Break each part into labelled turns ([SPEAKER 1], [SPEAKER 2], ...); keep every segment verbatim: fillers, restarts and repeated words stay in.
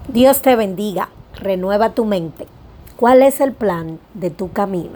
[SPEAKER 1] Dios te bendiga, renueva tu mente. ¿Cuál es el plan de tu camino?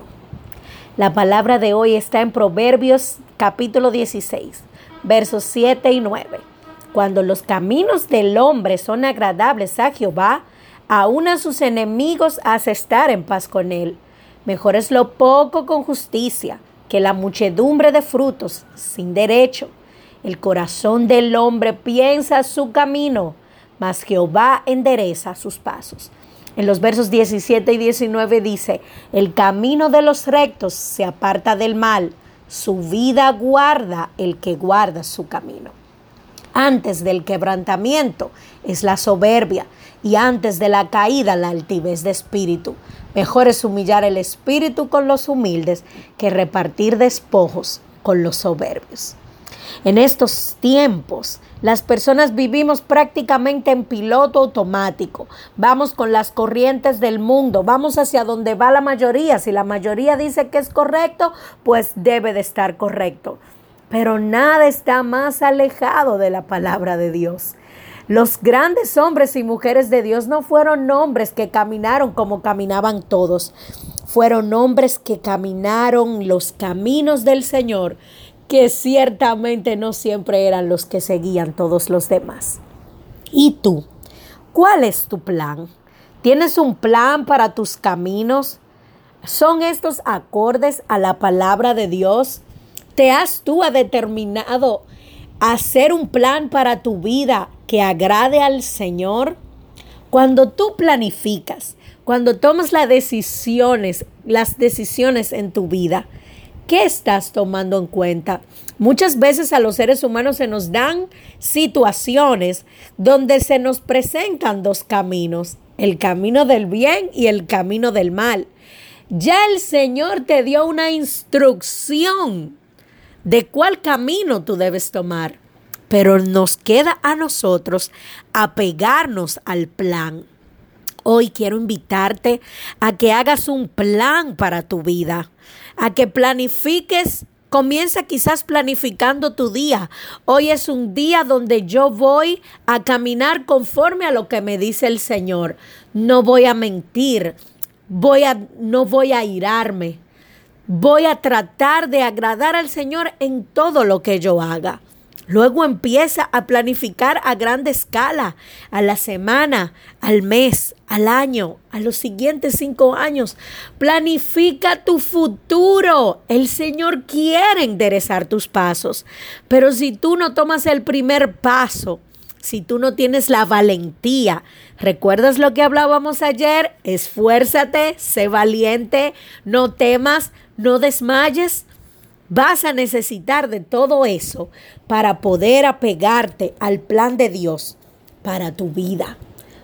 [SPEAKER 1] La palabra de hoy está en Proverbios capítulo dieciséis, versos siete y nueve. Cuando los caminos del hombre son agradables a Jehová, aun a sus enemigos hace estar en paz con él. Mejor es lo poco con justicia que la muchedumbre de frutos sin derecho. El corazón del hombre piensa su camino, mas Jehová endereza sus pasos. En los versos diecisiete y diecinueve dice: el camino de los rectos se aparta del mal, su vida guarda el que guarda su camino. Antes del quebrantamiento es la soberbia, y antes de la caída la altivez de espíritu. Mejor es humillar el espíritu con los humildes que repartir despojos con los soberbios. En estos tiempos, las personas vivimos prácticamente en piloto automático. Vamos con las corrientes del mundo, vamos hacia donde va la mayoría. Si la mayoría dice que es correcto, pues debe de estar correcto. Pero nada está más alejado de la palabra de Dios. Los grandes hombres y mujeres de Dios no fueron hombres que caminaron como caminaban todos. Fueron hombres que caminaron los caminos del Señor, que ciertamente no siempre eran los que seguían todos los demás. ¿Y tú? ¿Cuál es tu plan? ¿Tienes un plan para tus caminos? ¿Son estos acordes a la palabra de Dios? ¿Te has tú determinado a hacer un plan para tu vida que agrade al Señor? Cuando tú planificas, cuando tomas las decisiones, las decisiones en tu vida, ¿qué estás tomando en cuenta? Muchas veces a los seres humanos se nos dan situaciones donde se nos presentan dos caminos, el camino del bien y el camino del mal. Ya el Señor te dio una instrucción de cuál camino tú debes tomar, pero nos queda a nosotros apegarnos al plan. Hoy quiero invitarte a que hagas un plan para tu vida, a que planifiques. Comienza quizás planificando tu día. Hoy es un día donde yo voy a caminar conforme a lo que me dice el Señor. No voy a mentir, voy a, no voy a irarme. Voy a tratar de agradar al Señor en todo lo que yo haga. Luego empieza a planificar a gran escala, a la semana, al mes, al año, a los siguientes cinco años. Planifica tu futuro. El Señor quiere enderezar tus pasos. Pero si tú no tomas el primer paso, si tú no tienes la valentía, ¿recuerdas lo que hablábamos ayer? Esfuérzate, sé valiente, no temas, no desmayes. Vas a necesitar de todo eso para poder apegarte al plan de Dios para tu vida.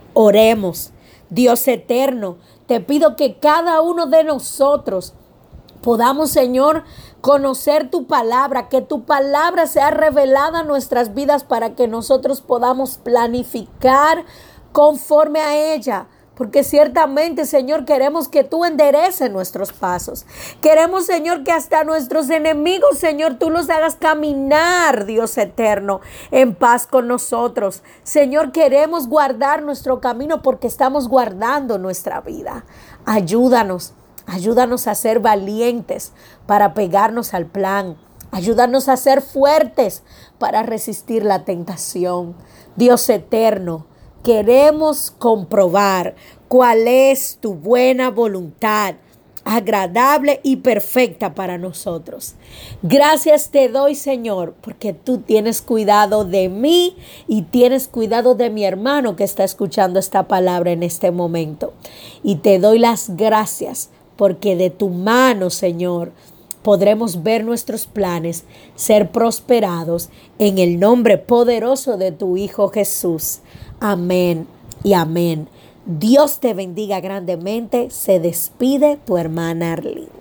[SPEAKER 1] Oremos. Dios eterno, te pido que cada uno de nosotros podamos, Señor, conocer tu palabra, que tu palabra sea revelada en nuestras vidas para que nosotros podamos planificar conforme a ella. Porque ciertamente, Señor, queremos que tú endereces nuestros pasos. Queremos, Señor, que hasta nuestros enemigos, Señor, tú los hagas caminar, Dios eterno, en paz con nosotros. Señor, queremos guardar nuestro camino porque estamos guardando nuestra vida. Ayúdanos, ayúdanos a ser valientes para pegarnos al plan. Ayúdanos a ser fuertes para resistir la tentación. Dios eterno, queremos comprobar cuál es tu buena voluntad, agradable y perfecta para nosotros. Gracias te doy, Señor, porque tú tienes cuidado de mí y tienes cuidado de mi hermano que está escuchando esta palabra en este momento. Y te doy las gracias porque de tu mano, Señor, podremos ver nuestros planes ser prosperados en el nombre poderoso de tu Hijo Jesús. Amén y amén. Dios te bendiga grandemente. Se despide tu hermana Arlene.